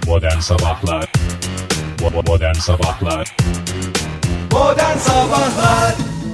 Modern Sabahlar. Modern Sabahlar. Modern Sabahlar.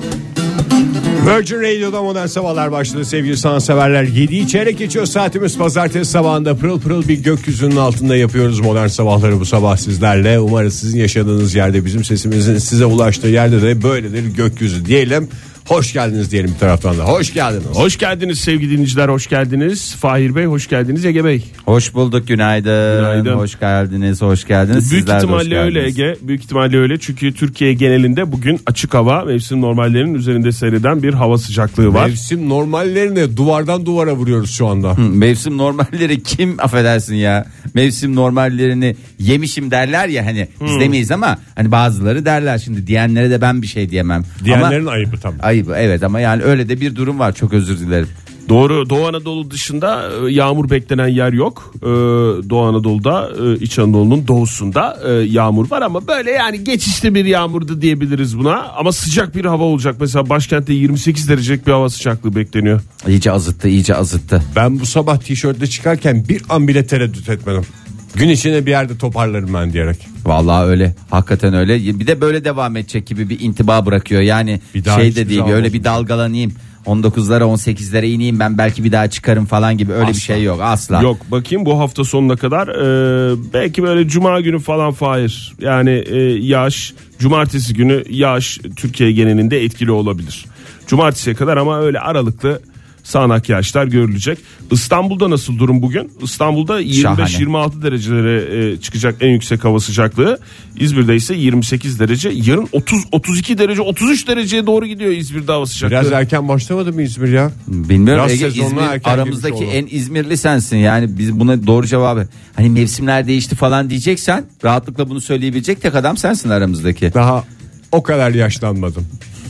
Virgin Radio'da Modern Sabahlar başladı sevgili sanatseverler. 7'yi çeyrek geçiyor saatimiz, pazartesi sabahında pırıl pırıl bir gökyüzünün altında yapıyoruz Modern Sabahları bu sabah sizlerle. Umarız sizin yaşadığınız yerde, bizim sesimizin size ulaştığı yerde de böyledir gökyüzü diyelim. Hoş geldiniz diyelim bir taraftan da. Hoş geldiniz. Hoş geldiniz sevgili dinleyiciler, hoş geldiniz. Fahir Bey, hoş geldiniz. Ege Bey. Hoş bulduk, günaydın. Günaydın. Hoş geldiniz, hoş geldiniz. Büyük Sizler ihtimalle öyle Ege. Büyük ihtimalle öyle. Çünkü Türkiye genelinde bugün açık hava, mevsim normallerinin üzerinde seyreden bir hava sıcaklığı var. Mevsim normallerini duvardan duvara vuruyoruz şu anda. Mevsim normalleri kim, affedersin ya. Mevsim normallerini yemişim derler ya, hani biz demeyiz ama hani bazıları derler. Şimdi diyenlere de ben bir şey diyemem. Diyenlerin ayıbı tabii. Ayıbı, evet, ama yani öyle de bir durum var, çok özür dilerim. Doğru, Doğu Anadolu dışında yağmur beklenen yer yok. Doğu Anadolu'da, İç Anadolu'nun doğusunda yağmur var ama böyle yani geçişli bir yağmurdu diyebiliriz buna. Ama sıcak bir hava olacak. Mesela başkentte 28 derecelik bir hava sıcaklığı bekleniyor. İyice azıttı. Ben bu sabah tişörtle çıkarken bir an bile tereddüt etmedim. Gün içinde bir yerde toparlarım ben diyerek. Vallahi öyle, hakikaten öyle. Bir de böyle devam edecek gibi bir intiba bırakıyor. Yani Bir daha şey de hiçbir değil, zaman öyle olsun. bir dalgalanayım. 19'lara 18'lere ineyim, ben belki bir daha çıkarım falan gibi öyle bir şey yok asla. Yok, bakayım bu hafta sonuna kadar belki böyle cuma günü falan Fahir. Yani yağış, cumartesi günü yağış Türkiye genelinde etkili olabilir. Cumartesiye kadar ama öyle aralıklı sağanak yağışlar görülecek. İstanbul'da nasıl durum bugün? İstanbul'da 25-26 derecelere çıkacak en yüksek hava sıcaklığı. İzmir'de ise 28 derece. Yarın 30-32 derece, 33 dereceye doğru gidiyor İzmir'de hava sıcaklığı. Biraz erken başlamadı mı İzmir ya? Bilmiyorum Yaz Ege, sezonuna İzmir erken aramızdaki girmiş en İzmirli sensin. Yani biz buna doğru cevabı, hani mevsimler değişti falan diyeceksen rahatlıkla bunu söyleyebilecek tek adam sensin aramızdaki. Daha o kadar yaşlanmadım.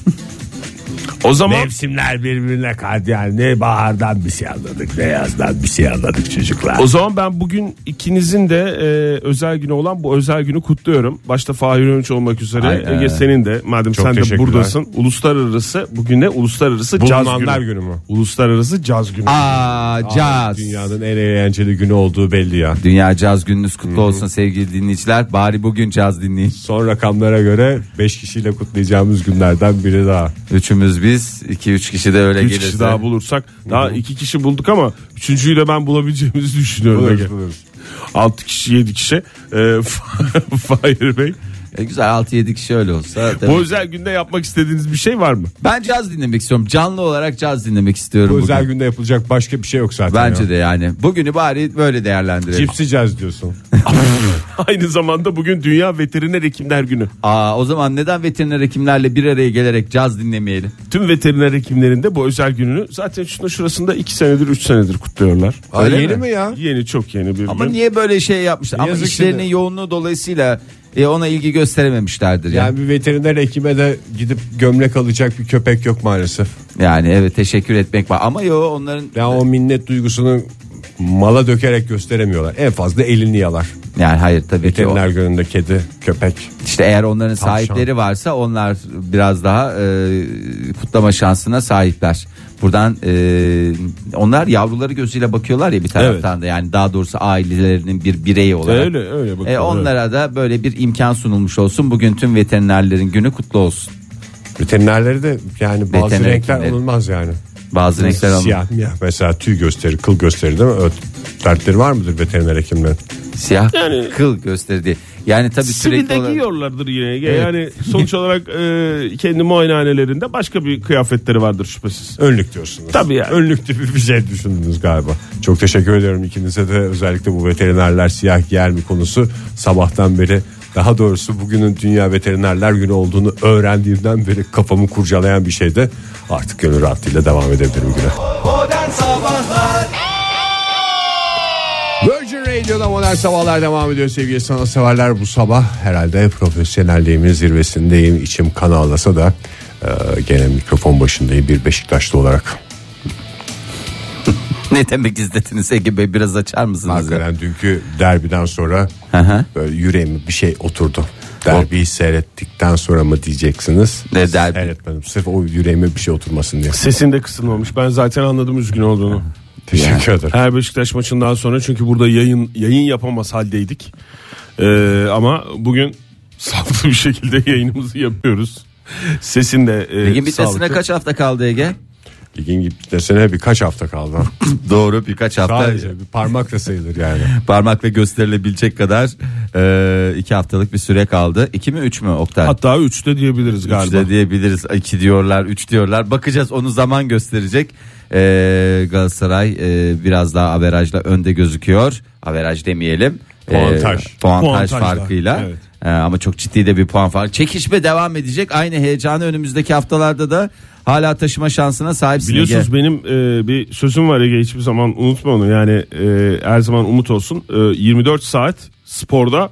O zaman Mevsimler birbirine kaydı yani. Ne bahardan bir şey anladık, ne yazdan bir şey anladık çocuklar. O zaman ben bugün ikinizin de özel günü olan bu özel günü kutluyorum. Başta Fahir Önç olmak üzere. Ay, Ege senin de, madem Çok sen de teşekkürler. buradasın. Uluslararası, bugün ne? Uluslararası Caz Bulunanlar Günü. günü mü? Uluslararası Caz Günü. Caz. Dünyanın en eğlenceli günü olduğu belli ya. Dünya Caz Gününüz kutlu olsun sevgili dinleyiciler. Bari bugün caz dinleyin. Son rakamlara göre 5 kişiyle kutlayacağımız günlerden biri daha. Üçümüz biz, 2-3 kişi de öyle 3 gelirse. kişi daha bulursak. Daha 2 kişi bulduk ama 3.'yü de ben bulabileceğimizi düşünüyorum. Ege. Buluruz. 6 kişi 7 kişi. Fahir Bey. Güzel, 6-7 kişi öyle olsa. Bu özel günde yapmak istediğiniz bir şey var mı? Ben caz dinlemek istiyorum. Canlı olarak caz dinlemek istiyorum Bu bugün. özel günde yapılacak başka bir şey yok zaten. Bence ya. de yani. Bugünü bari böyle değerlendirelim. Cipsicez diyorsun. Aynı zamanda bugün Dünya Veteriner Hekimler Günü. O zaman neden veteriner hekimlerle bir araya gelerek caz dinlemeyelim? Tüm veteriner hekimlerin de bu özel gününü zaten şurasında 2 senedir 3 senedir kutluyorlar. Öyle Yeni mi? mi ya? Yeni, çok yeni bir Ama gün. niye böyle şey yapmışlar? Ama Yazık işlerinin şimdi. yoğunluğu dolayısıyla ona ilgi gösterememişlerdir. Yani bir veteriner hekime de gidip gömlek alacak bir köpek yok maalesef. Yani evet, teşekkür etmek var. Ama onların Ya o minnet duygusunu mala dökerek gösteremiyorlar. En fazla elini yalar. yani hayır tabii ki o. Veteriner gününde kedi, köpek. İşte eğer onların Tavşan. sahipleri varsa onlar biraz daha kutlama şansına sahipler. Buradan onlar yavruları gözüyle bakıyorlar ya bir taraftan da, yani daha doğrusu ailelerinin bir bireyi olarak. Öyle bakın. Onlara da böyle bir imkan sunulmuş olsun. Bugün tüm veterinerlerin günü kutlu olsun. Veterinerleri de yani bazı Veteriner renkler hekimleri. alınmaz yani. Bazı renkler alın. Siyah miyah mesela tüy gösterir, kıl gösterir değil mi? Dertleri var mıdır veteriner hekimlerin? Siyah Yani- kıl gösterdi. Yani tabii sürekli Sivil de olarak. giyiyorlardır yine. Evet. Yani sonuç olarak kendi muayenehanelerinde başka bir kıyafetleri vardır şüphesiz. Önlük diyorsunuz. Tabii yani. Önlük gibi bir şey düşündünüz galiba. Çok teşekkür ediyorum ikinize de, özellikle bu veterinerler siyah giyer mi konusu sabahtan beri, daha doğrusu bugünün Dünya Veterinerler Günü olduğunu öğrendiğimden beri kafamı kurcalayan bir şeydi. Artık gönül rahatlığıyla devam edebilirim güne. Modern Sabahlar. Virgin Radio'da Modern Sabahlar devam ediyor sevgili sanatseverler. Bu sabah herhalde profesyonelliğimin zirvesindeyim. İçim kan ağlasa da gene mikrofon başındayım bir Beşiktaşlı olarak. Ne demek istediniz Ege Bey, biraz açar mısınız? Hakikaten dünkü derbiden sonra Hı. böyle yüreğime bir şey oturdu. Derbiyi seyrettikten sonra mı diyeceksiniz? Ne derbi? Seyretmedim. Sırf o yüreğime bir şey oturmasın diye. Sesin de kısılmamış. Ben zaten anladım üzgün olduğunu. Teşekkür ederim. Her Beşiktaş maçından sonra, çünkü burada yayın yapamaz haldeydik. Ama bugün sağlıklı bir şekilde yayınımızı yapıyoruz. Sesin de Ligin bitmesine sağlıklı. kaç hafta kaldı Ege? Ligin bitmesine birkaç hafta kaldı. Doğru, birkaç hafta. Sadece bir parmakla sayılır yani. Parmakla gösterilebilecek kadar 2 haftalık bir süre kaldı. 2 mi 3 mü Oktay? Hatta 3'te diyebiliriz galiba. 3'te diyebiliriz. 2 diyorlar, 3 diyorlar. Bakacağız, onu zaman gösterecek. Galatasaray biraz daha averajla önde gözüküyor. Averaj demeyelim. Puantaj. Puantajla, farkıyla. evet. Ama çok ciddi de bir puan farkı. Çekişme devam edecek. Aynı heyecanı önümüzdeki haftalarda da hala taşıma şansına sahipsin. Biliyorsunuz benim bir sözüm var Ege, hiçbir zaman unutma onu. Yani her zaman umut olsun. 24 saat sporda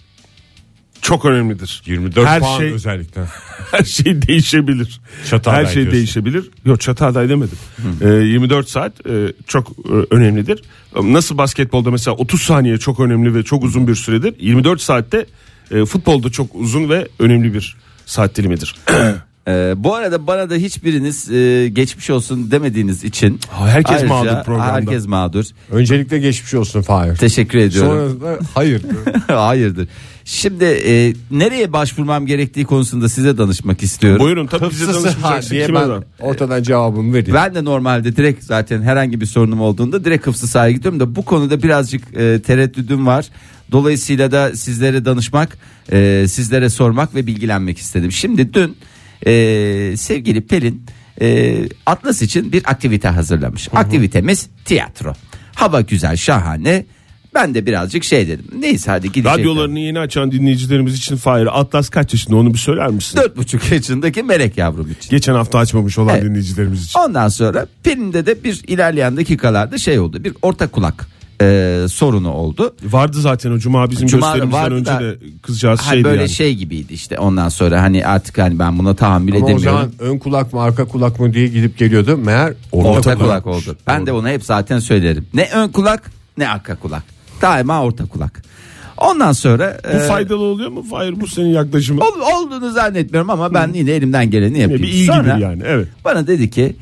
çok önemlidir. 24 her puan şey, özellikle. her şey değişebilir. Çatalday her şey diyorsun. değişebilir. Yok, Çatalday demedim. 24 saat çok önemlidir. Nasıl basketbolda mesela 30 saniye çok önemli ve çok uzun bir süredir. 24 saatte futbolda çok uzun ve önemli bir saat dilimidir. Bu arada bana da hiçbiriniz geçmiş olsun demediğiniz için Herkes ayrıca mağdur programda. Herkes mağdur. Öncelikle geçmiş olsun Fahir. Teşekkür ediyorum. Sonra da hayırdır. Hayırdır. Şimdi nereye başvurmam gerektiği konusunda size danışmak istiyorum. Buyurun, tabii bize Hıfzısı danışacaksın. diye Kime ben dan? ortadan cevabımı vereyim. Ben de normalde direkt zaten herhangi bir sorunum olduğunda direkt hıfzı sahaya gidiyorum da bu konuda birazcık tereddüdüm var. Dolayısıyla da sizlere danışmak, sizlere sormak ve bilgilenmek istedim. Şimdi dün sevgili Pelin Atlas için bir aktivite hazırlamış. Aktivitemiz tiyatro. Hava güzel, şahane. Ben de birazcık şey dedim. Neyse hadi gidecekler. Radyolarını yeni açan dinleyicilerimiz için Fahir, Atlas kaç yaşında, onu bir söyler misin? 4,5 yaşındaki melek yavrum için. Geçen hafta açmamış olan Evet. dinleyicilerimiz için. Ondan sonra Pelin'de de bir ilerleyen dakikalarda şey oldu. Bir orta kulak sorunu oldu. Vardı zaten o cuma bizim Cuma gösterimizden vardı önce da- de kızcağız Ha, şeydi böyle yani. şey gibiydi işte. Ondan sonra hani artık hani ben buna tahammül Ama o edemiyorum. zaman ön kulak mı arka kulak mı diye gidip geliyordu. Meğer Orta kulak oldu. Ben de onu hep zaten söylerim. Ne ön kulak ne arka kulak. Daima orta kulak. Ondan sonra Bu faydalı oluyor mu Fahir, bu senin yaklaşımın? olduğunu zannetmiyorum ama ben yine elimden geleni yapayım. Bir ilgidir Sonra yani, evet. bana dedi ki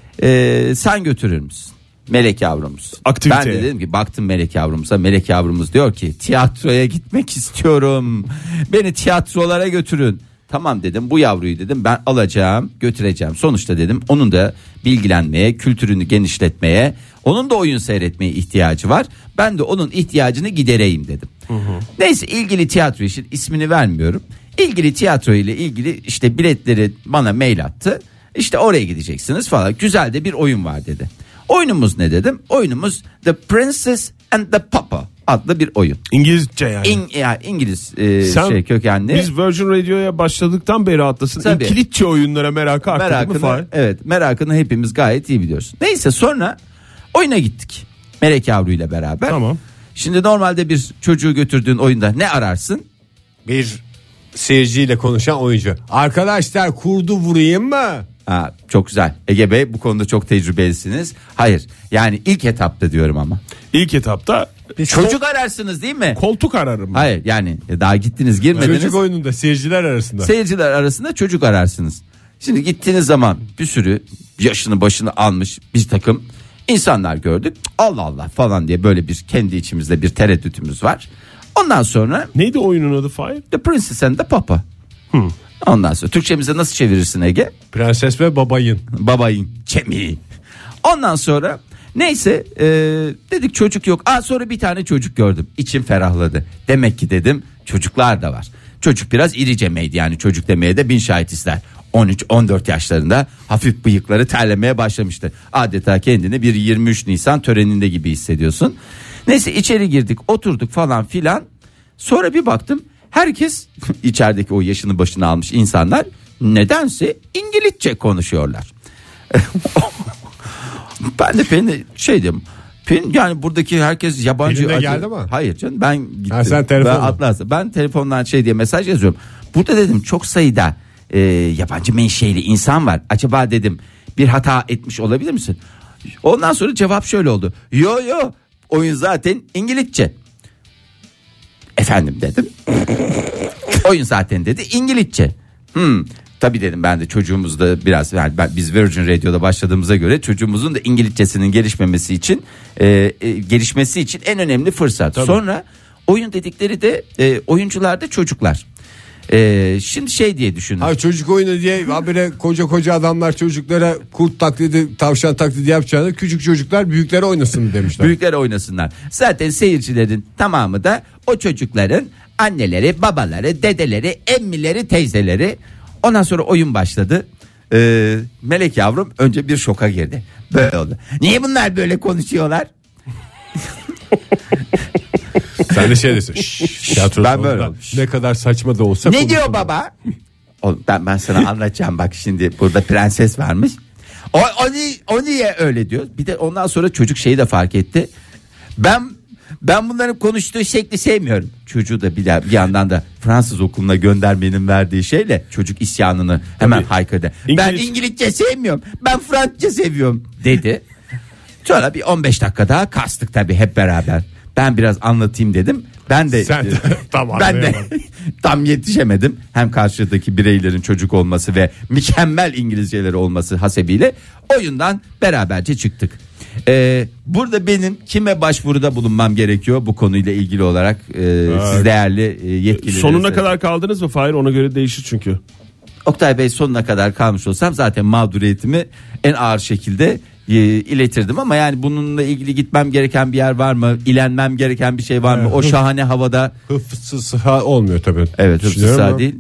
sen götürür müsün? Melek yavrumuz. Aktiviteye. Ben de dedim ki baktım melek yavrumuza. Melek yavrumuz diyor ki tiyatroya gitmek istiyorum. Beni tiyatrolara götürün. Tamam dedim, bu yavruyu dedim ben alacağım, götüreceğim. Sonuçta dedim onun da bilgilenmeye, kültürünü genişletmeye, onun da oyun seyretmeye ihtiyacı var. Ben de onun ihtiyacını gidereyim dedim. Neyse, ilgili tiyatro için ismini vermiyorum. İlgili tiyatro ile ilgili işte biletleri bana mail attı. İşte oraya gideceksiniz falan. Güzel de bir oyun var dedi. Oyunumuz ne dedim? Oyunumuz The Princess and the Papa adlı bir oyun. İngilizce yani. İngiliz Sen, kökenli. Biz Virgin Radio'ya başladıktan beri Atlas'ın Tabii. İngilizce oyunlara merakı arttı mı Fahir? Evet, merakını hepimiz gayet iyi biliyoruz. Neyse, sonra oyuna gittik. Melek Yavru ile beraber. Tamam. Şimdi normalde bir çocuğu götürdüğün oyunda ne ararsın? Bir seyirciyle konuşan oyuncu. Arkadaşlar kurdu vurayım mı? Ha, çok güzel. Ege Bey bu konuda çok tecrübelisiniz. Hayır, yani ilk etapta diyorum ama. İlk etapta Çocuk ararsınız değil mi? koltuk ararım. Hayır, yani daha gittiniz girmediniz. Çocuk oyununda seyirciler arasında. Seyirciler arasında çocuk ararsınız. Şimdi gittiğiniz zaman bir sürü yaşını başını almış bir takım insanlar gördük. Allah Allah falan diye böyle bir kendi içimizde bir tereddütümüz var. Ondan sonra Neydi oyunun adı Fahir? The Princess and the Papa. Ondan sonra Türkçemize nasıl çevirirsin Ege? Prenses ve babayın. Babayın kemiği. Ondan sonra neyse dedik çocuk yok. Sonra bir tane çocuk gördüm. İçim ferahladı. Demek ki dedim çocuklar da var. Çocuk biraz iricemeydi, yani çocuk demeye de bin şahit ister. 13-14 yaşlarında hafif bıyıkları terlemeye başlamıştı. Adeta kendini bir 23 Nisan töreninde gibi hissediyorsun. Neyse içeri girdik, oturduk falan filan. Sonra bir baktım herkes içerideki o yaşını başına almış insanlar nedense İngilizce konuşuyorlar. Ben de şey dedim. Yani buradaki herkes yabancı. Pelin de geldi mi? Hayır canım, ben gittim. Ha, sen telefonla. Ben telefondan şey diye mesaj yazıyorum. Burada dedim çok sayıda yabancı menşeli insan var. Acaba dedim bir hata etmiş olabilir misin? Ondan sonra cevap şöyle oldu. Yo oyun zaten İngilizce. Efendim dedim. Oyun zaten dedi İngilizce. Tabii dedim ben de çocuğumuzda biraz yani biz Virgin Radio'da başladığımıza göre çocuğumuzun da İngilizcesinin gelişmesi için en önemli fırsat. Tabii. Sonra oyun dedikleri de oyuncular da çocuklar. Şimdi şey diye düşünün. Ha, çocuk oyunu diye habire koca adamlar çocuklara kurt taklidi, tavşan taklidi yapacağını küçük çocuklar büyüklere oynasın demişler. Büyükler oynasınlar. Zaten seyircilerin tamamı da o çocukların anneleri, babaları, dedeleri, emmileri, teyzeleri. Ondan sonra oyun başladı. Melek yavrum önce bir şoka girdi. Böyle oldu. Niye bunlar böyle konuşuyorlar? Sen de şey desin. Ben böyle ne kadar saçma da olsa. Ne diyor baba? Ben sana anlatacağım bak şimdi burada prenses varmış. O niye öyle diyor? Bir de ondan sonra çocuk şeyi de fark etti. Ben bunların konuştuğu şekli sevmiyorum. Çocuğu da bir yandan da Fransız okuluna göndermenin verdiği şeyle çocuk isyanını hemen haykırdı. Ben İngilizce sevmiyorum. Ben Fransızca seviyorum dedi. Sonra bir 15 dakika daha kastık tabii hep beraber. Ben biraz anlatayım dedim. Ben de tam yetişemedim. Hem karşıdaki bireylerin çocuk olması ve mükemmel İngilizceleri olması hasebiyle oyundan beraberce çıktık. Burada benim kime başvuruda bulunmam gerekiyor bu konuyla ilgili olarak siz değerli yetkililer. Sonuna kadar kaldınız mı Fahir? Ona göre değişir çünkü. Oktay Bey sonuna kadar kalmış olsam zaten mağduriyetimi en ağır şekilde iletirdim ama yani bununla ilgili gitmem gereken bir yer var mı? İlenmem gereken bir şey var mı? O şahane havada. Hıfzı olmuyor tabii. Evet, hıfzı değil.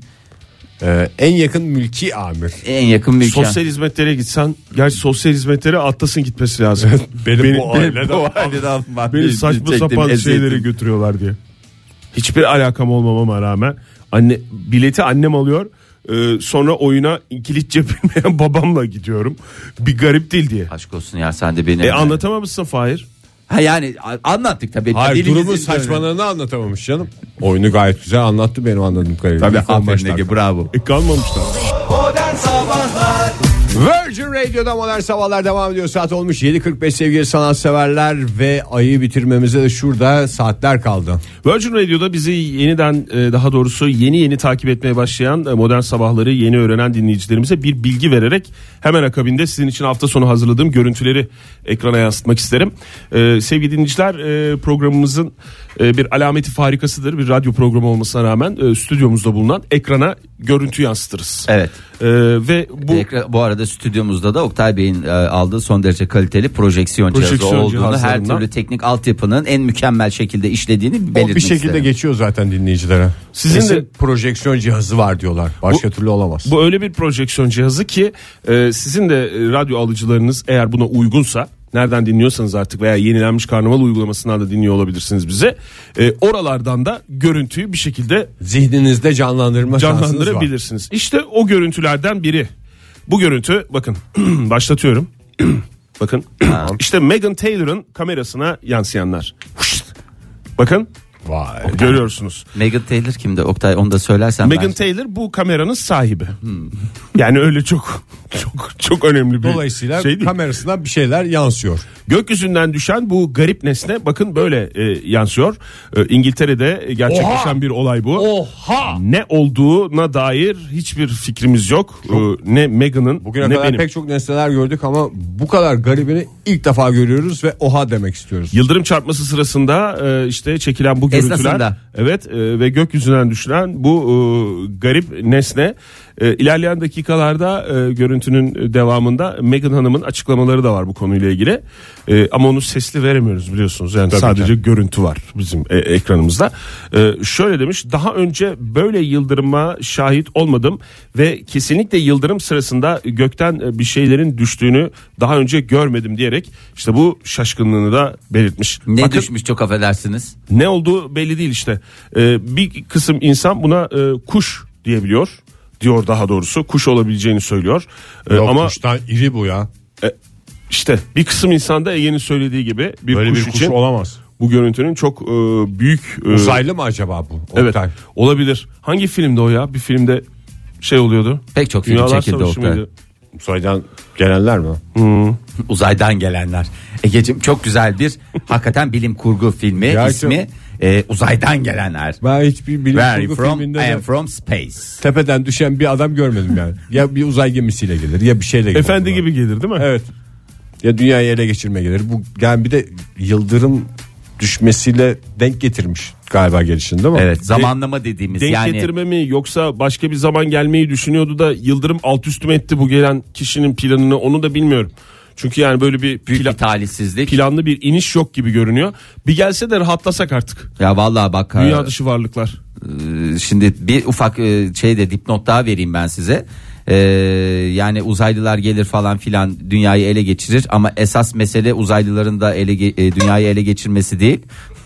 En yakın mülki amir. En yakın mülki. Sosyal hizmetlere gitsen, gerçi sosyal hizmetlere Atlas'ın gitmesi lazım. benim bu aileden beni saçma sapan şeyleri götürüyorlar diye. Hiçbir alakam olmamama rağmen bileti annem alıyor. Sonra oyuna İngilizce bilmeyen babamla gidiyorum. Bir garip değil diye. Aşk olsun ya sen de beni. Anlatamamışsın Fahir. Ha yani anlattık tabii. Hayır, durumun saçmalığını anlatamamış canım. Oyunu gayet güzel anlattı benim anladığım kadarıyla. Tabii aferin bravo. Kalmamışlar. Modern Sabahlar. Virgin Radio'da Modern Sabahlar devam ediyor. Saat olmuş 7.45 sevgili sanatseverler ve ayı bitirmemize de şurada saatler kaldı. Virgin Radio'da bizi yeniden daha doğrusu yeni takip etmeye başlayan Modern Sabahları yeni öğrenen dinleyicilerimize bir bilgi vererek hemen akabinde sizin için hafta sonu hazırladığım görüntüleri ekrana yansıtmak isterim. Sevgili dinleyiciler, programımızın bir alameti farikasıdır. Bir radyo programı olmasına rağmen stüdyomuzda bulunan ekrana görüntü yansıtırız. Evet. Ve bu arada stüdyomuzda da Oktay Bey'in aldığı son derece kaliteli projeksiyon cihazı olduğunu, her türlü teknik altyapının en mükemmel şekilde işlediğini belirtmek o bir şekilde isterim. Geçiyor zaten dinleyicilere. Sizin de projeksiyon cihazı var diyorlar. Başka türlü olamaz. Bu öyle bir projeksiyon cihazı ki sizin de radyo alıcılarınız eğer buna uygunsa, nereden dinliyorsanız artık veya yenilenmiş Karnaval uygulamasından da dinliyor olabilirsiniz bize. Oralardan da görüntüyü bir şekilde zihninizde canlandırabilirsiniz. İşte o görüntülerden biri. Bu görüntü bakın başlatıyorum. Bakın işte Meghan Taylor'ın kamerasına yansıyanlar. Bakın. Vay. Görüyorsunuz. Meghan Taylor kimdi Oktay, onu da söylersen. Meghan Taylor bu kameranın sahibi. Yani öyle çok önemli bir dolayısıyla şey değil. Kamerasından bir şeyler yansıyor. Gökyüzünden düşen bu garip nesne bakın böyle yansıyor. İngiltere'de gerçekleşen bir olay bu. Ne olduğuna dair hiçbir fikrimiz yok. Ne Meghan'ın bugüne ne kadar benim. Pek çok nesneler gördük ama bu kadar garibini ilk defa görüyoruz ve oha demek istiyoruz. Yıldırım çarpması sırasında işte çekilen bu görüntüler. Esnasında. Evet, ve gökyüzünden düşen bu garip nesne. İlerleyen dakikalarda görüntünün devamında Meghan Hanım'ın açıklamaları da var bu konuyla ilgili. Ama onu sesli veremiyoruz biliyorsunuz. Yani tabii sadece görüntü var bizim ekranımızda. Şöyle demiş: daha önce böyle yıldırıma şahit olmadım ve kesinlikle yıldırım sırasında gökten bir şeylerin düştüğünü daha önce görmedim diyerek işte bu şaşkınlığını da belirtmiş. Ne bakın, düşmüş çok affedersiniz. Ne olduğu belli değil işte. Bir kısım insan buna kuş diyebiliyor. Diyor daha doğrusu, kuş olabileceğini söylüyor. Yok, ama kuştan iri bu ya. İşte bir kısım insan da Ege'nin söylediği gibi böyle kuş bir kuş için olamaz. Bu görüntünün çok büyük uzaylı mı acaba bu? Evet, olabilir. Hangi filmde o ya? Bir filmde şey oluyordu. Pek çok film çekildi Oktay. Uzaydan gelenler mi? Uzaydan gelenler. Egeciğim çok güzel bir hakikaten bilim kurgu filmi. İsmi uzaydan gelenler. Ben hiçbir bilim Where kurgu from? filminde I de am from space. tepeden düşen bir adam görmedim yani. Ya bir uzay gemisiyle gelir ya bir şeyle gelir. Efendi gibi gelir değil mi? Evet. Ya dünyayı ele geçirme gelir. Bu yani bir de yıldırım düşmesiyle denk getirmiş galiba gelişin değil mi? Evet, zamanlama dediğimiz Denk yani. getirme mi yoksa başka bir zaman gelmeyi düşünüyordu da yıldırım alt üstüm etti bu gelen kişinin planını, onu da bilmiyorum. Çünkü yani böyle bir Büyük bir talihsizlik. planlı bir iniş yok gibi görünüyor. Bir gelse de rahatlasak artık. Ya vallahi bak. Dünya dışı varlıklar. Şimdi bir ufak şeyde dipnot daha vereyim ben size. Yani uzaylılar gelir falan filan, dünyayı ele geçirir ama esas mesele uzaylıların da dünyayı ele geçirmesi değil.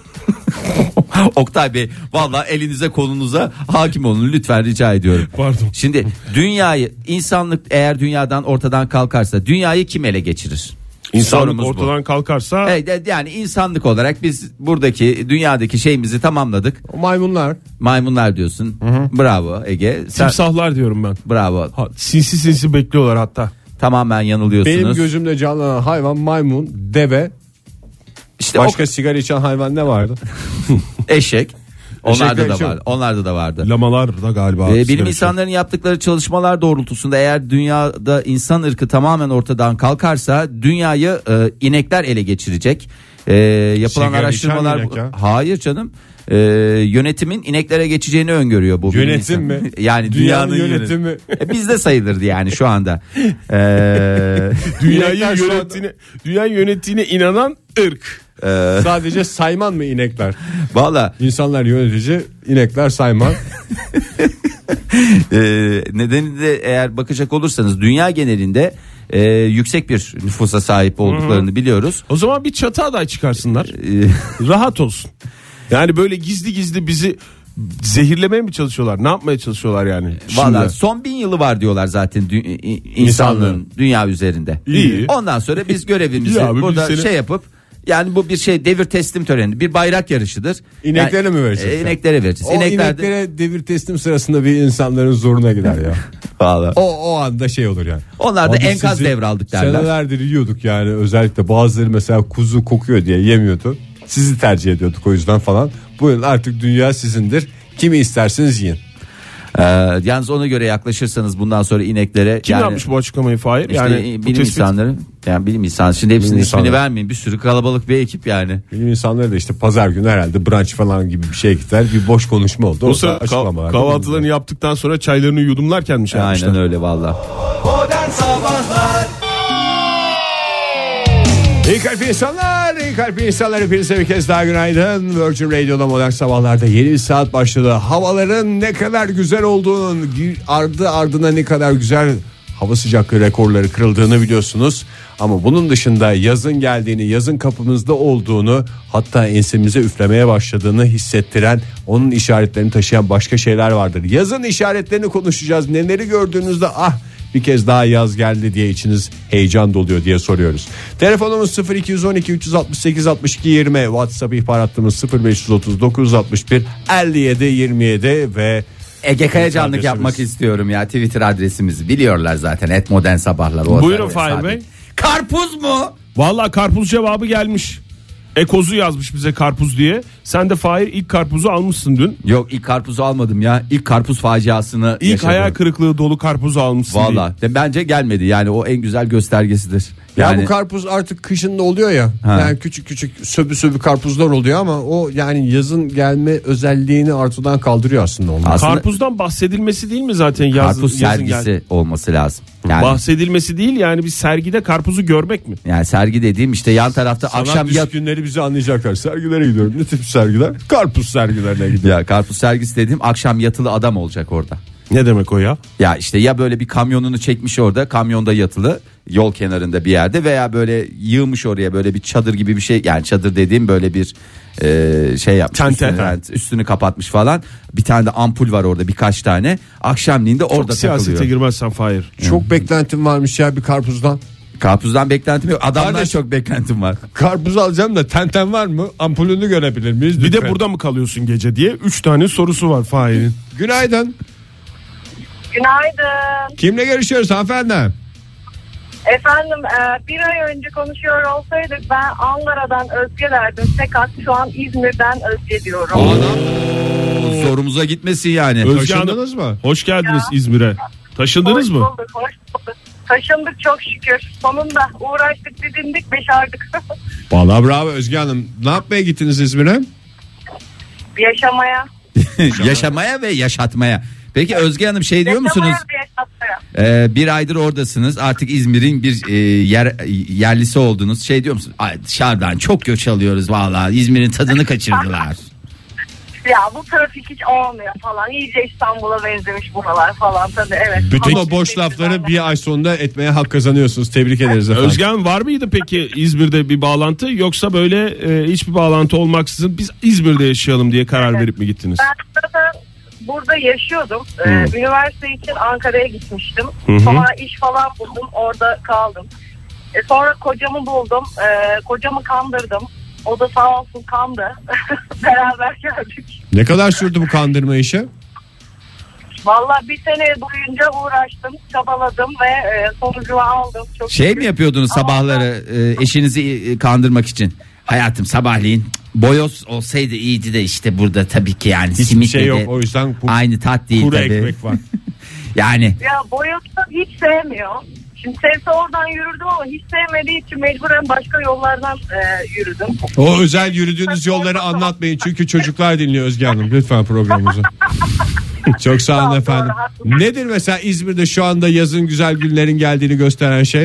Oktay Bey, vallahi elinize kolunuza hakim olun lütfen, rica ediyorum. Pardon. Şimdi dünyayı, insanlık eğer dünyadan ortadan kalkarsa dünyayı kim ele geçirir? İnsanlık Sorumuz bu. ortadan kalkarsa Evet, yani insanlık olarak biz buradaki dünyadaki şeyimizi tamamladık. O maymunlar. Maymunlar diyorsun. Bravo Ege. Sen, timsahlar diyorum ben. bravo. Sinsi sinsi bekliyorlar hatta. Tamamen yanılıyorsunuz. Benim gözümde canlanan hayvan maymun, deve. İşte Başka sigara içen hayvan ne vardı? eşek. Onlarda Eşekler da içiyor. vardı. Onlarda da vardı. Lamalar da galiba. Bilim insanların yaptıkları çalışmalar doğrultusunda eğer dünyada insan ırkı tamamen ortadan kalkarsa dünyayı inekler ele geçirecek. Yapılan Sigara araştırmalar içen inek ya. hayır canım. Yönetimin ineklere geçeceğini öngörüyor bu. bilim Yönetim insanı. mi? Yani Dünyanın dünyanın yönetimi. Bizde sayılırdı yani şu anda. Dünyayı yönettiğine inanan ırk. Sadece sayman mı inekler? Valla İnsanlar yönetici, inekler sayman. nedeni de eğer bakacak olursanız dünya genelinde yüksek bir nüfusa sahip olduklarını biliyoruz. O zaman bir çatı aday çıkarsınlar. Rahat olsun. Yani böyle gizli gizli bizi zehirlemeye mi çalışıyorlar? Ne yapmaya çalışıyorlar yani? Valla Şimdi. son 1000 yılı var diyorlar zaten insanlığın dünya üzerinde. İyi. Ondan sonra biz görevimizi İyi abi, burada biz seni- şey yapıp, yani bu bir şey, devir teslim töreni, bir bayrak yarışıdır. İneklere Yani, mi vereceğiz? İneklere vereceğiz. O İnekler de ineklere devir teslim sırasında bir insanların zoruna gider ya. Valla. O anda şey olur yani. Onlar da Abi enkaz sizi devraldık derler. Senelerdir yiyorduk yani, özellikle bazıları mesela kuzu kokuyor diye yemiyordu. Sizi tercih ediyorduk o yüzden falan. Buyurun artık dünya sizindir. Kimi isterseniz yiyin. Yalnız ona göre yaklaşırsanız bundan sonra ineklere Kim yani, yapmış bu açıklamayı Fahir? işte Yani bu bilim tespit. insanları, yani bilim insanı, şimdi hepsinin Bilim ismini insanları. vermeyin, bir sürü kalabalık bir ekip yani. Bilim insanları da işte pazar günü herhalde brunch falan gibi bir şey gider. Bir boş konuşma oldu. O Orada sırada açıklamalar. kahvaltılarını yaptıktan sonra çaylarını yudumlarken mi şey Aynen yapmışlar? öyle valla. Modern Sabahlar. İyi kalp insanlar, iyi kalp insanlar, hepinize bir kez daha günaydın. Virgin Radio'da Modern Sabahlar'da yeni bir saat başladı. Havaların ne kadar güzel olduğunu, ardı ardına ne kadar güzel hava sıcaklığı rekorları kırıldığını biliyorsunuz. Ama bunun dışında yazın geldiğini, yazın kapımızda olduğunu, hatta ensemize üflemeye başladığını hissettiren, onun işaretlerini taşıyan başka şeyler vardır. Yazın işaretlerini konuşacağız. Neleri gördüğünüzde bir kez daha yaz geldi diye içiniz heyecan doluyor diye soruyoruz. Telefonumuz 0212 368 62 20, WhatsApp ihbar hattımız 0539 61 57 27 ve Ege Kayacanlık adresimiz. yapmak istiyorum ya, Twitter adresimizi biliyorlar zaten, @modernsabahlar. Buyurun Fahir Bey. Karpuz mu? Vallahi karpuz cevabı gelmiş. Ekozu yazmış bize karpuz diye. Sen de Fahir ilk karpuzu almışsın dün. Yok, ilk karpuzu almadım ya. İlk karpuz faciasını İlk yaşadım. hayal kırıklığı dolu karpuzu almışsın. Valla bence gelmedi, yani o en güzel göstergesidir. ya Yani bu karpuz artık kışın da oluyor ya. Ha. Yani küçük küçük söbü karpuzlar oluyor ama o yani yazın gelme özelliğini ortadan kaldırıyor aslında onlar. Aslında- Karpuzdan bahsedilmesi değil mi zaten karpuz yazın sergisi olması lazım. Yani, Bahsedilmesi değil yani bir sergide karpuzu görmek mi? yani sergi dediğim işte yan tarafta Sanat akşam düşkünleri bizi anlayacaklar. Sergilere gidiyorum. Ne tip sergiler? Karpuz sergilerine gidiyorum. ya karpuz sergisi dediğim akşam yatılı adam olacak orada. Ne demek o ya? Ya işte ya böyle bir kamyonunu çekmiş orada, kamyonda yatılı yol kenarında bir yerde, veya böyle yığmış oraya böyle bir çadır gibi bir şey, yani çadır dediğim böyle bir şey yapmış, Tente. üstünü kapatmış falan, bir tane de ampul var orada, birkaç tane, akşamleyin de orada Çok siyasete takılıyor. girmezsen Fahir. Çok beklentim varmış ya bir karpuzdan. Karpuzdan beklentim yok, adamdan Kardeş- çok beklentim var. Karpuz alacağım da tenten var mı? Ampulünü görebilir miyiz? Bir Lütfen. de burada mı kalıyorsun gece diye 3 tane sorusu var Fahir'in. Günaydın. Günaydın. Kimle görüşüyoruz hanımefendi? Efendim bir ay önce konuşuyor olsaydık ben Ankara'dan Özge derdim. Fakat şu an İzmir'den Özge diyorum. Zorumuza gitmesin yani. Özge Hanım, Taşındınız mı? hoş geldiniz İzmir'e. Taşındınız mı? Hoş bulduk. Taşındık çok şükür. Sonunda uğraştık, didindik, başardık. Vallahi bravo Özge Hanım. Ne yapmaya gittiniz İzmir'e? Yaşamaya. Yaşamaya ve yaşatmaya. Peki Özge Hanım şey diyor musunuz? Yaşamaya ve yaşatmaya. Bir aydır oradasınız. Artık İzmir'in bir yerlisi oldunuz. Şey diyor musunuz? Ay, dışarıdan çok göç alıyoruz vallahi. İzmir'in tadını kaçırdılar. Ya bu trafik hiç olmuyor falan. İyice İstanbul'a benzemiş buralar falan tabii evet. Bütün Ama o boş lafları bir ay sonunda etmeye hak kazanıyorsunuz. Tebrik ederiz efendim. Özge Hanım, var mıydı peki İzmir'de bir bağlantı, yoksa böyle hiçbir bağlantı olmaksızın biz İzmir'de yaşayalım diye karar verip mi gittiniz? Ben zaten burada yaşıyordum. Üniversite için Ankara'ya gitmiştim. Hı. Sonra iş falan buldum. Orada kaldım. Sonra kocamı buldum. Kocamı kandırdım. O da sağ olsun kandı. Beraber geldik. Ne kadar sürdü bu kandırma işi? Vallahi bir sene boyunca uğraştım, çabaladım ve sonucunu aldım. Çok Şey şükür. mi yapıyordunuz sabahları eşinizi kandırmak için? Hayatım sabahleyin boyoz olsaydı iyiydi de işte burada tabii ki yani Hiçbir simit şey de yok, o yüzden aynı tat değil kuru tabii. ekmek var. Yani Ya boyozu hiç sevmiyor. Şimdi sevse oradan yürürdüm ama hiç sevmediği için mecburen başka yollardan yürüdüm. O özel yürüdüğünüz yolları anlatmayın çünkü çocuklar dinliyor Özge Hanım. Lütfen programımızı. Çok sağ olun Doğru, efendim. haklısın. Nedir mesela İzmir'de şu anda yazın güzel günlerin geldiğini gösteren şey?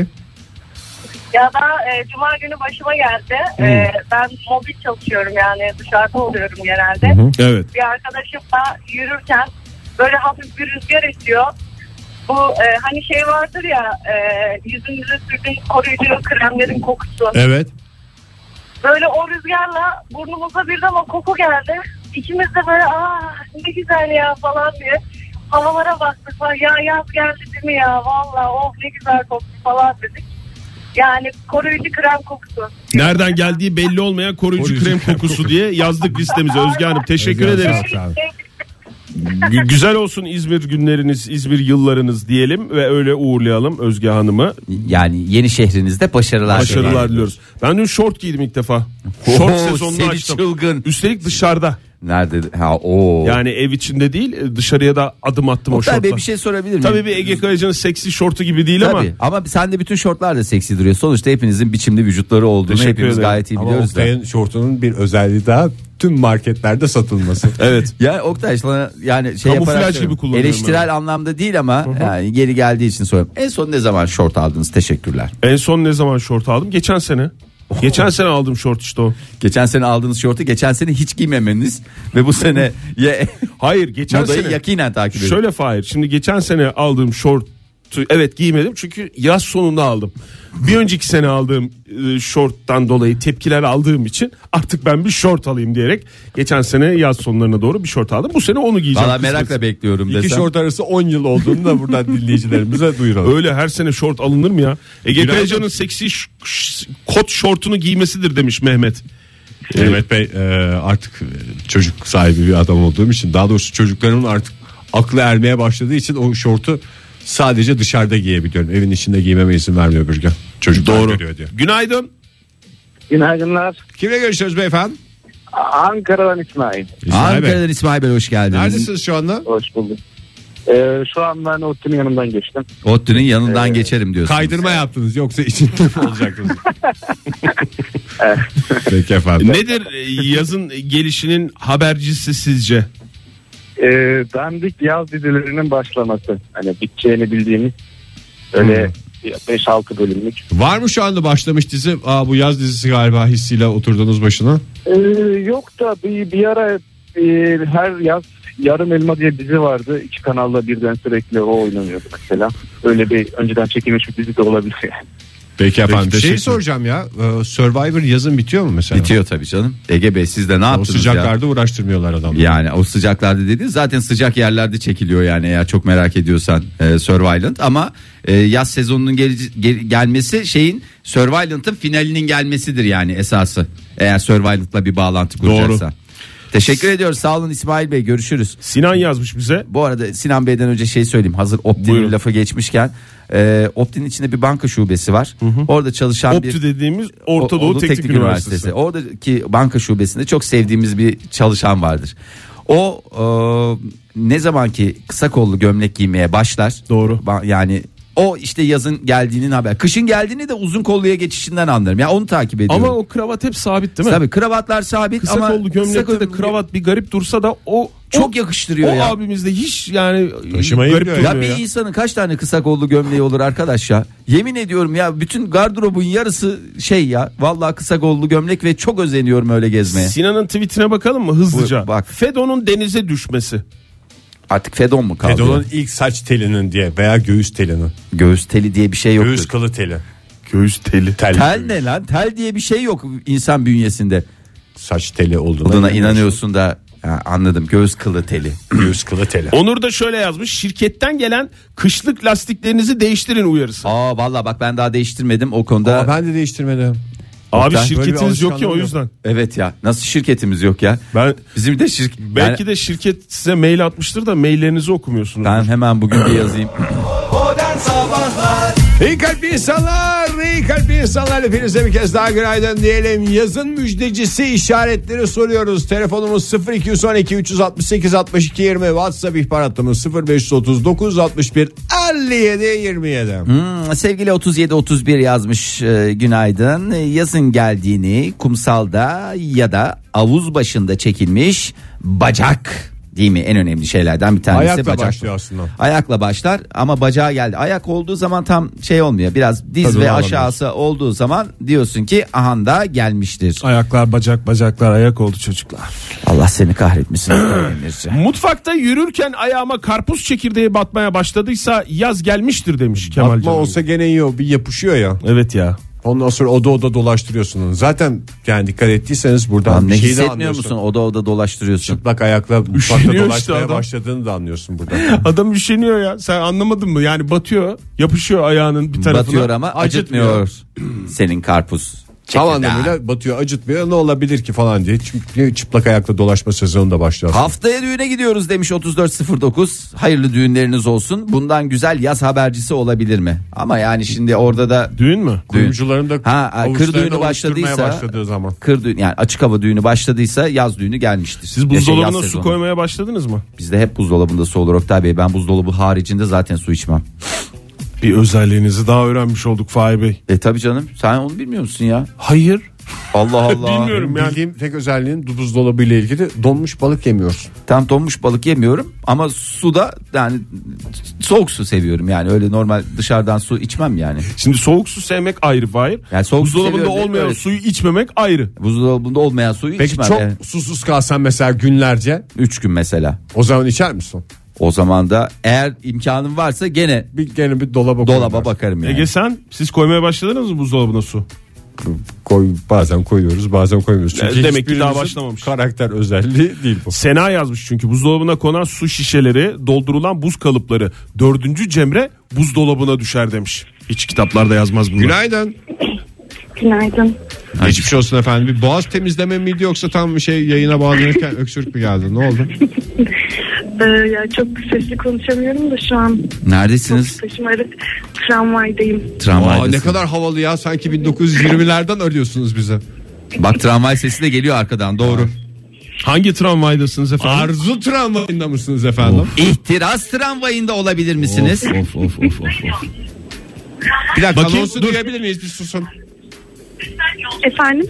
Ya da cuma günü başıma geldi. Ben mobil çalışıyorum yani dışarıda oluyorum genelde. Evet. Bir arkadaşımla yürürken böyle hafif bir rüzgar esiyor. Bu hani şey vardır ya yüzünüze sürdüğün koruyucu kremlerin kokusu. Evet. Böyle o rüzgarla burnumuza birden o koku geldi. İkimiz de böyle ne güzel ya falan diye havalara baktık. Ya yaz geldi değil mi ya valla ne güzel koktu falan dedik. Yani koruyucu krem kokusu. Nereden geldiği belli olmayan koruyucu krem kokusu diye yazdık listemize. Özge Hanım, teşekkür Özge Hanım, ederiz. sağ olun. Güzel olsun İzmir günleriniz, İzmir yıllarınız diyelim ve öyle uğurlayalım Özge Hanım'ı. yani yeni şehrinizde başarılar Diliyoruz. Ben dün şort giydim ilk defa. Şort sezonunu seni açtım. çılgın. Üstelik dışarıda. Nerede? O. Yani ev içinde değil, dışarıya da adım attım o Oktay şortla. Bey bir şey sorabilir miyim? Tabii bir Ege Kayacan'ın seksi şortu gibi değil Tabii. Ama sende bütün şortlar da seksi duruyor. Sonuçta hepinizin biçimli vücutları olduğunu Teşekkür hepimiz ederim. gayet iyi Ama biliyoruz da. Oktay'ın şortunun bir özelliği daha tüm marketlerde satılması. Evet. Ya Oktay sana yani şey Kamuflaj yaparak gibi kullanıyorum eleştirel ben. anlamda değil ama yani geri geldiği için soruyorum. En son ne zaman şort aldınız? Teşekkürler. En son ne zaman şort aldım? Geçen sene. Geçen sene aldım şort işte o. Geçen sene aldığınız şortu geçen sene hiç giymemeniz ve bu sene Hayır, geçen modayı sene. yakinen takip edin. Şöyle Fahir, şimdi geçen sene aldığım şortu evet giymedim çünkü yaz sonunda aldım. Bir önceki sene aldığım şorttan dolayı tepkiler aldığım için artık ben bir şort alayım diyerek geçen sene yaz sonlarına doğru bir şort aldım. Bu sene onu giyeceğim. Valla merakla bekliyorum İki desem. şort arası 10 yıl olduğunu da buradan dinleyicilerimize duyuralım. Öyle her sene şort alınır mı ya? Ege Kayacan'ın seksi kot şortunu giymesidir demiş Mehmet. Mehmet Bey artık çocuk sahibi bir adam olduğum için, daha doğrusu çocuklarımın artık aklı ermeye başladığı için o şortu sadece dışarıda giyebiliyorum. Evin içinde giymeme izin vermiyor Bürgen. Çocuklar Doğru. görüyor diyor. Günaydın. Günaydınlar. Kimle görüşüyoruz beyefendi? Ankara'dan İsmail. İsmail Bey. Ankara'dan İsmail Bey hoş geldiniz. Neredesiniz şu anda? Hoş bulduk. Şu an ben ODTÜ'nün yanından geçtim. ODTÜ'nün yanından geçerim diyorsunuz. Kaydırma yaptınız yoksa içinde mi olacaktınız? Peki efendim. Nedir yazın gelişinin habercisi sizce? Dandik yaz dizilerinin başlaması. Hani biteceğini bildiğimiz öyle 5-6 bölümlük. Var mı şu anda başlamış dizi? Bu yaz dizisi galiba hissiyle oturdunuz başına. Yok da bir ara her yaz Yarım Elma diye dizi vardı. 2 kanalda birden sürekli o oynanıyordu mesela. Öyle bir önceden çekilmiş bir dizi de olabilir yani. Peki efendim. Peki, Şey soracağım ya. Survivor yazın bitiyor mu mesela? Bitiyor tabii canım. Ege Bey siz de ne O yaptınız ya? sıcaklarda uğraştırmıyorlar adamları. Yani o sıcaklarda dediğiniz zaten sıcak yerlerde çekiliyor yani eğer çok merak ediyorsan Survivor. Ama yaz sezonunun gelmesi şeyin Survivor'ın finalinin gelmesidir yani esası. Eğer Survivor'la bir bağlantı kuracaksan. Teşekkür ediyoruz. Sağ olun İsmail Bey. Görüşürüz. Sinan yazmış bize. Bu arada Sinan Bey'den önce şey söyleyeyim. Hazır Opti'nin lafı geçmişken. Opti'nin içinde bir banka şubesi var. Orada çalışan Opti dediğimiz Orta Doğu Teknik Üniversitesi. Oradaki banka şubesinde çok sevdiğimiz bir çalışan vardır. O ne zamanki kısa kollu gömlek giymeye başlar. Doğru. Yani o işte yazın geldiğinin haber. Kışın geldiğini de uzun kolluya geçişinden anlarım. Ya onu takip ediyorum. Ama o kravat hep sabit değil mi? Tabii kravatlar sabit kısa ama kollu gömlekte de kravat bir garip dursa da o çok yakıştırıyor o ya. O abimizde hiç yani Taşımayı garip biliyor durmuyor Ya bir insanın kaç tane kısa kollu gömleği olur arkadaş ya? Yemin ediyorum ya bütün gardırobun yarısı şey ya. Vallahi kısa kollu gömlek ve çok özeniyorum öyle gezmeye. Sinan'ın tweetine bakalım mı hızlıca? Bak. Fedon'un denize düşmesi. Artık Fedon mu kaldı? Fedon'un ilk saç telinin diye veya göğüs telinin. Göğüs teli diye bir şey yok. Göğüs kılı teli. Göğüs teli. Tel ne lan? Tel diye bir şey yok insan bünyesinde. Saç teli Buna olduğuna inanıyorsun da anladım. Göğüs kılı teli. Göğüs kılı teli. Onur da şöyle yazmış. Şirketten gelen kışlık lastiklerinizi değiştirin uyarısı. Vallahi bak ben daha değiştirmedim o konuda. Ama ben de değiştirmedim. Abi Oktay, şirketiniz yok ya o alışkanlığım yüzden. Evet ya. Nasıl şirketimiz yok ya? Ben Bizim de belki de şirket size mail atmıştır da maillerinizi okumuyorsunuz. ben hemen bugün bir yazayım. İyi kalpli insanlar, iyi kalpli insanlar, hepinize bir kez daha günaydın diyelim. Yazın müjdecisi işaretleri soruyoruz. Telefonumuz 0212 368 62 20, WhatsApp ihbar hattımız 0539 61 57 27. Sevgili 37-31 yazmış günaydın. Yazın geldiğini kumsalda ya da havuz başında çekilmiş bacak. Değil mi? En önemli şeylerden bir tanesi Ayakla bacak. başlıyor aslında. Ayakla başlar ama bacağa geldi. Ayak olduğu zaman tam şey olmuyor. Biraz diz Tadını ve alamıyorsun. aşağısı olduğu zaman diyorsun ki ahanda gelmiştir. Ayaklar bacaklar ayak oldu çocuklar. Allah seni kahretmesin. Emirci. Mutfakta yürürken ayağıma karpuz çekirdeği batmaya başladıysa yaz gelmiştir demiş Kemal Atma Canım. olsa gene iyi, o bir yapışıyor ya. Evet ya. Ondan sonra oda dolaştırıyorsunuz. Zaten yani dikkat ettiyseniz buradan Lan bir ne şeyi de hissetmiyor anlıyorsun. musun? Oda dolaştırıyorsun. Çıplak ayakla mutfakta Üşeniyor dolaşmaya işte adam. başladığını da anlıyorsun burada. Adam üşeniyor ya. Sen anlamadın mı? Yani batıyor, yapışıyor ayağının bir tarafına. Batıyor ama acıtmıyor. Senin karpuz. Tam Çekirdeği. anlamıyla batıyor, acıtmıyor, ne olabilir ki falan diye. Çünkü çıplak ayakla dolaşma sezonu da başlıyor. Haftaya düğüne gidiyoruz demiş 3409. Hayırlı düğünleriniz olsun. Bundan güzel yaz habercisi olabilir mi? Ama yani şimdi orada da Düğün mü? Kuyumcuların da kır avuçlarını düğünü oluşturmaya başladıysa başladığı zaman. kır düğün yani açık hava düğünü başladıysa yaz düğünü gelmiştir. Siz Ya buzdolabına yaz su sezonu. koymaya başladınız mı? Bizde hep buzdolabında su olur Oktay Bey. Ben buzdolabı haricinde zaten su içmem. Bir özelliğinizi daha öğrenmiş olduk Fahir Bey. Tabii canım sen onu bilmiyor musun ya? Hayır. Allah Allah. Bilmiyorum yani. Bildiğim tek özelliğin buzdolabı ile ilgili donmuş balık yemiyorsun. Tam donmuş balık yemiyorum ama suda yani soğuk su seviyorum yani öyle normal dışarıdan su içmem yani. Şimdi soğuk su sevmek ayrı Fahir. Yani soğuk su Buzdolabında seviyorum, olmayan öyle. suyu içmemek ayrı. Buzdolabında olmayan suyu Peki içmem. çok susuz kalsan mesela günlerce, 3 gün mesela. o zaman içer misin? O zaman da eğer imkanım varsa gene Gene bir dolaba dolaba bakarım yani. Ege sen siz koymaya başladınız mı buzdolabına su? Bazen koyuyoruz, bazen koymuyoruz. Çünkü Demek ki daha hiçbirimizin başlamamış. karakter özelliği değil bu. Sena yazmış çünkü buzdolabına konan su şişeleri, doldurulan buz kalıpları 4. Cemre buzdolabına düşer demiş. Hiç kitaplarda yazmaz bunlar. Günaydın. Günaydın. Geçmiş olsun efendim. Bir boğaz temizleme miydi yoksa tam bir şey yayına bağlanırken öksürük mü geldi? Ne oldu? Ya çok sesli konuşamıyorum da şu an. Neredesiniz? Saçım ağrı, tramvaydayım. Tramvaydasın. Ne kadar havalı ya, sanki 1920'lerden arıyorsunuz bize. Bak tramvay sesi de geliyor arkadan doğru. Hangi tramvaydasınız efendim? Arzu tramvayında mısınız efendim? İhtiras tramvayında olabilir misiniz? Of. Bir dakika, Bakayım, anonsu dur. duyabilir miyiz? Bir susun. Efendim?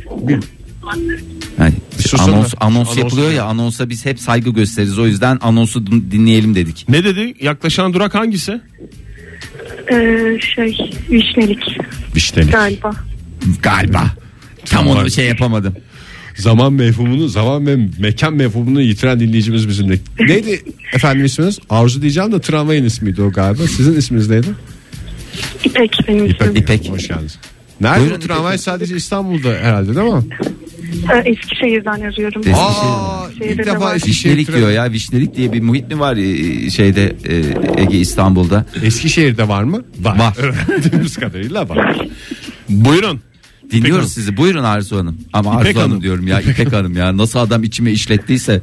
Yani susun anons da. anons yapılıyor ya, anonsa biz hep saygı gösteririz. O yüzden anonsu dinleyelim dedik. Ne dedi? Yaklaşan durak hangisi? Vişnelik Vişnelik. galiba. Tam onu şey yapamadım. Zaman ve mekan mefhumunu yitiren dinleyicimiz bizimle. Neydi efendim isminiz? Arzu diyeceğim de tramvayın ismiydi o galiba. Sizin isminiz neydi? İpek benim ismim. İpek. Hoş geldiniz. Nerede Buyurun, bu tramvay? İpek. Sadece İstanbul'da herhalde değil mi? Eskişehir'den yazıyorum. İlk defa Vişnelik diyor ya. Vişnelik diye bir muhit mi var şeyde Ege, İstanbul'da? Eskişehir'de var mı? Var. Öğrendiğimiz kadarıyla var. Buyurun. Dinliyoruz sizi. Buyurun Arzu Hanım. Ama İpek Arzu Hanım Hanım diyorum ya. İpek Hanım ya. Nasıl adam içime işlettiyse.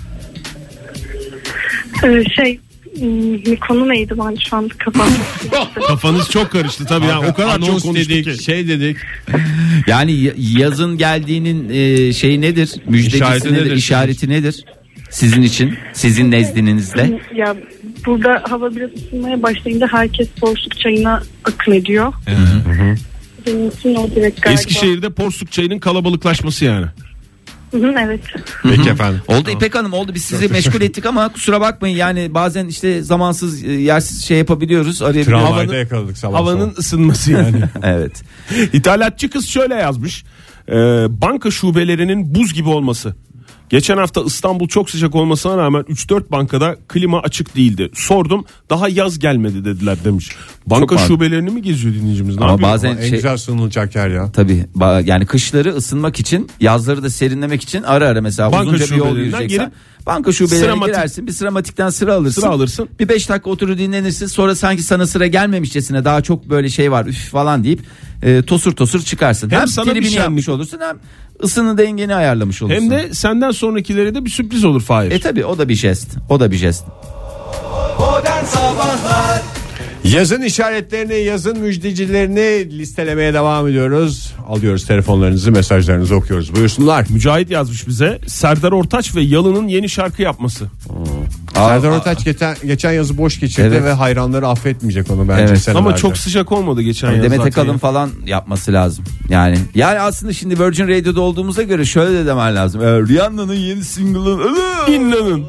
Konu neydi ben şu an kafamda. Kafanız çok karıştı tabii ya. O kadar çok konuştuk dedik, ki. şey dedik. Yani yazın geldiğinin şey nedir? Müjdecisi İşareti nedir? nedir? İşareti nedir? Sizin için, sizin nezdinizde. Ya burada hava biraz ısınmaya başlayınca herkes porsuk çayına akın ediyor. Benim için o direkt galiba. Eskişehir'de porsuk çayının kalabalıklaşması yani. Evet. Peki efendim. Oldu İpek Hanım, oldu. Biz sizi meşgul ettik ama kusura bakmayın. Yani bazen işte zamansız, yersiz şey yapabiliyoruz. Arayabiliyoruz. Tramvayda yakaladık sabah. Havanın ısınması yani. Evet. İthalatçı kız şöyle yazmış. Banka şubelerinin buz gibi olması. Geçen hafta İstanbul çok sıcak olmasına rağmen 3-4 bankada klima açık değildi. Sordum, daha yaz gelmedi dediler demiş. Banka şubelerini mi geziyor dinleyicimiz? Ama bazen En güzel sığınılacak yer ya. Tabii yani kışları ısınmak için, yazları da serinlemek için ara ara mesela Banka uzunca bir yol şubelerinden yürüyeceksen banka şubelerine sıramatik- girersin, bir sıramatikten sıra alırsın. Bir 5 dakika oturur dinlenirsin, sonra sanki sana sıra gelmemişçesine daha çok böyle şey var üf falan deyip tosur tosur çıkarsın. Hem Hem sana bir tribini şenlik yapmış olursun, hem ısını dengeni ayarlamış olursun. Hem de senden sonrakilere de bir sürpriz olur Fahir. tabii o da bir jest. O da bir jest. Yazın işaretlerini, yazın müjdecilerini listelemeye devam ediyoruz. Alıyoruz telefonlarınızı, mesajlarınızı okuyoruz. Buyursunlar. Mücahit yazmış bize. Serdar Ortaç ve Yalın'ın yeni şarkı yapması. Serdar Ortaç geçen yazı boş geçirdi Evet. ve hayranları affetmeyecek onu bence. Evet. senelerce. Ama çok sıcak olmadı geçen yaz Demet zaten Akalın ya. falan yapması lazım. Yani aslında şimdi Virgin Radio'da olduğumuza göre şöyle de demen lazım. Rihanna'nın yeni single'ın İnna'nın.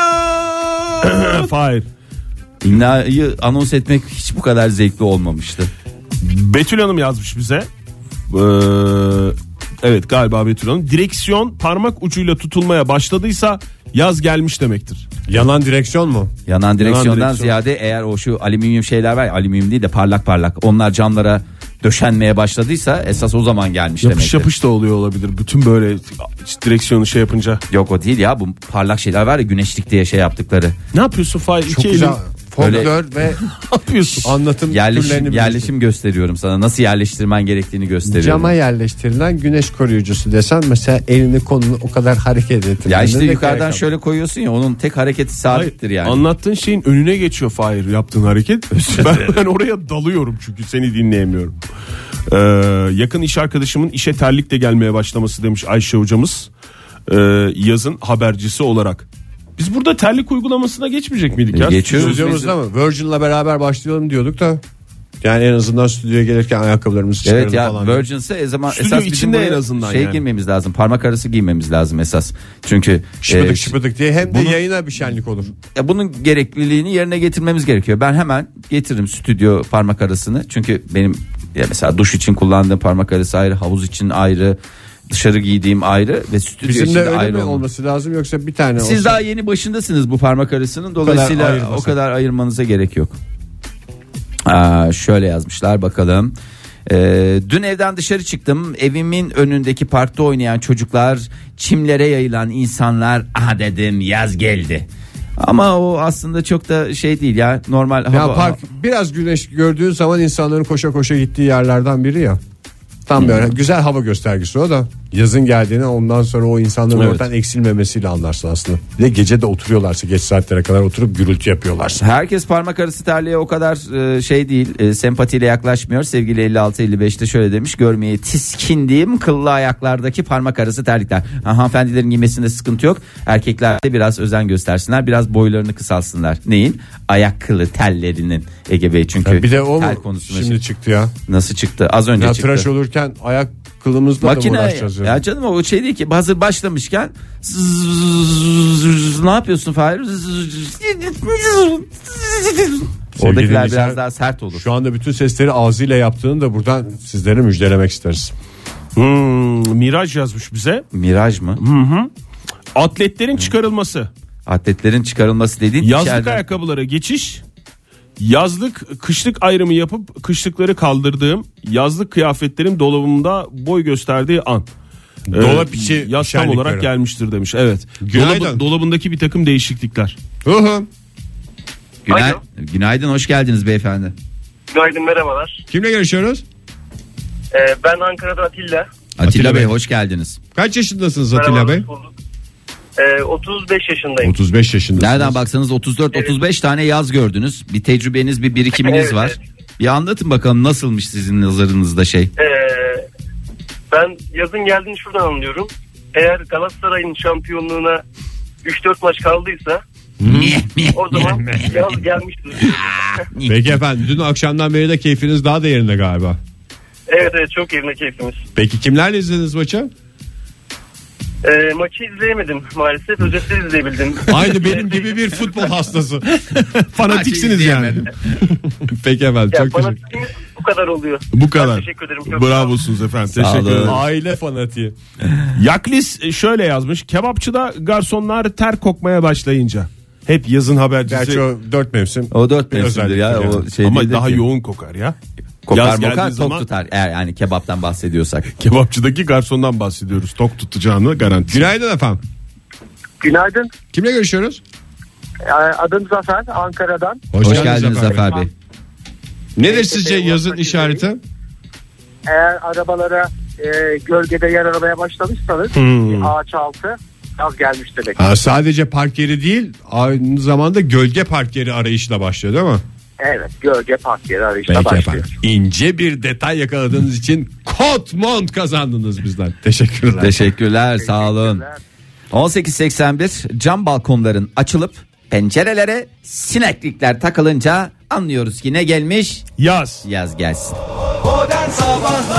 Fahir. İnna'yı anons etmek hiç bu kadar zevkli olmamıştı. Betül Hanım yazmış bize. Evet galiba Betül Hanım. Direksiyon parmak ucuyla tutulmaya başladıysa yaz gelmiş demektir. Yanan direksiyon mu? Yanan direksiyondan direksiyon. ziyade eğer o şu alüminyum şeyler var ya, alüminyum değil de parlak parlak, onlar camlara döşenmeye başladıysa esas o zaman gelmiş Yapış demektir. yapış da oluyor olabilir. Bütün böyle direksiyonu şey yapınca. Yok o değil ya, bu parlak şeyler var ya, güneşlik diye şey yaptıkları. Ne yapıyorsun Fahir? Çok İki güzel. elin. Folklor ve Ne yapıyorsun? anlatım türlerini Yerleşim gösteriyorum sana, nasıl yerleştirmen gerektiğini gösteriyorum. Cama yerleştirilen güneş koruyucusu desen mesela elini kolunu o kadar hareket ettirmene Ya işte de yukarıdan gerek şöyle koyuyorsun ya, onun tek hareketi sabittir yani. Anlattığın şeyin önüne geçiyor Fahir yaptığın hareket. ben oraya dalıyorum çünkü seni dinleyemiyorum. Yakın iş arkadaşımın işe terlikle gelmeye başlaması demiş Ayşe hocamız. Yazın habercisi olarak. Biz burada terlik uygulamasına geçmeyecek miydik ya? Geçiyoruz. Stüdyomuzda mı? Virgin'la beraber başlayalım diyorduk da. Yani en azından stüdyoya gelirken ayakkabılarımızı çıkaralım Evet ya, falan. Virgin'se esas Stüdyo bizim içinde buraya en azından şey yani. giymemiz lazım, parmak arası giymemiz lazım esas. Çünkü Şıpıdık şıpıdık diye hem de bunu- yayına bir şenlik olur. bunun gerekliliğini yerine getirmemiz gerekiyor. Ben hemen getiririm stüdyo parmak arasını. Çünkü benim mesela duş için kullandığım parmak arası ayrı, havuz için ayrı, dışarı giydiğim ayrı ve stüdyo Bizim de için de öyle ayrı mi olmalı. olması lazım yoksa bir tane Siz olsa? daha yeni başındasınız bu parmak arasının, dolayısıyla ayırmasak. o kadar ayırmanıza gerek yok. Şöyle yazmışlar bakalım. Dün evden dışarı çıktım, evimin önündeki parkta oynayan çocuklar, çimlere yayılan insanlar, aha dedim yaz geldi. Ama o aslında çok da şey değil ya, normal Ya hava. park biraz güneş gördüğün zaman insanların koşa koşa gittiği yerlerden biri ya. Tam böyle güzel hava göstergesi o da. Yazın geldiğini ondan sonra o insanların Evet. oradan eksilmemesiyle anlarsın aslında. Bir de gece de oturuyorlarsa geç saatlere kadar oturup gürültü yapıyorlarsa. Herkes parmak arası terliğe o kadar şey değil, sempatiyle yaklaşmıyor. Sevgili 56-55'te şöyle demiş: görmeye tiskindiğim kıllı ayaklardaki parmak arası terlikler. Hanımefendilerin giymesinde sıkıntı yok. Erkekler de biraz özen göstersinler, biraz boylarını kısalsınlar. Neyin? Ayak kılı tellerinin, Ege Bey, çünkü Ya bir de o tel mu konusunda şimdi çıktı ya. nasıl çıktı? Az önce Ya çıktı. tıraş olurken ayak kılımızla da mı Makine uğraşacağız ya? ya canım, o şey değil ki, hazır başlamışken ne yapıyorsun Fahir? Oradakiler dinleyiciler, biraz daha sert olur. Şu anda bütün sesleri ağzıyla yaptığını da buradan sizlere müjdelemek isteriz. Miraj yazmış bize. Miraj mı? Atletlerin çıkarılması. Atletlerin çıkarılması dediğin Yazlık içeriden- ayakkabılara geçiş. Yazlık kışlık ayrımı yapıp kışlıkları kaldırdığım, yazlık kıyafetlerim dolabımda boy gösterdiği an. Dolap içi yaz tam şenlikleri. olarak gelmiştir demiş. Evet. Günaydın. Dolabındaki bir takım değişiklikler. Günaydın, hoş geldiniz beyefendi. Günaydın, merhabalar. Kimle görüşüyoruz? Ben Ankara'da Atilla. Atilla Bey hoş geldiniz. Kaç yaşındasınız Atilla Bey? 35 yaşındayım. 35 yaşındasınız. Nereden baksanız 34-35 tane yaz gördünüz. Bir tecrübeniz, bir birikiminiz Evet, var. evet. Bir anlatın bakalım nasılmış sizin nazarınızda şey. Ben yazın geldiğini şuradan anlıyorum. Eğer Galatasaray'ın şampiyonluğuna 3-4 maç kaldıysa o zaman yaz gelmiştir. Peki efendim, dün akşamdan beri de keyfiniz daha da yerinde galiba. Evet çok yerinde keyfimiz. Peki kimlerle izlediniz maçı? Maçı izleyemedim maalesef. Özetleri izleyebildim. Aynı benim gibi bir futbol hastası. Fanatiksiniz yani. Peki efendim, çok teşekkür Fanatiğimiz bu kadar oluyor. Bu kadar. Ben teşekkür ederim. Çok Bravosunuz efendim. Sağ Teşekkür olun. ederim. Aile fanatiği. Yaklis şöyle yazmış. Kebapçıda garsonlar ter kokmaya başlayınca. Hep yazın habercisi. Gerçi o 4 mevsim. O 4 Bir mevsimdir ya. özelliktir O yani. şey Ama değildir daha ki. yoğun kokar ya. Kokar Yaz mokar geldiği tok zaman- tutar. Eğer yani kebaptan bahsediyorsak. Kebapçıdaki garsondan bahsediyoruz. Tok tutacağını garanti. Günaydın efendim. Günaydın. Kimle görüşüyoruz? Adım Zafer, Ankara'dan. Hoş geldiniz Zafer Bey. Nedir sizce yazın işareti? Eğer arabalara gölgede yer aramaya başlamışsanız ağaç altı yaz gelmiş demek. Ha, sadece park yeri değil, aynı zamanda gölge park yeri arayışla başlıyor değil mi? Evet, gölge park yeri arayışına Peki başlıyor. efendim. İnce bir detay yakaladığınız için kot mont kazandınız bizden. Teşekkürler. Teşekkürler, sağ olun. 18.81 cam balkonların açılıp pencerelere sineklikler takılınca anlıyoruz ki ne gelmiş? Yaz. Yaz gelsin. Modern Sabahlar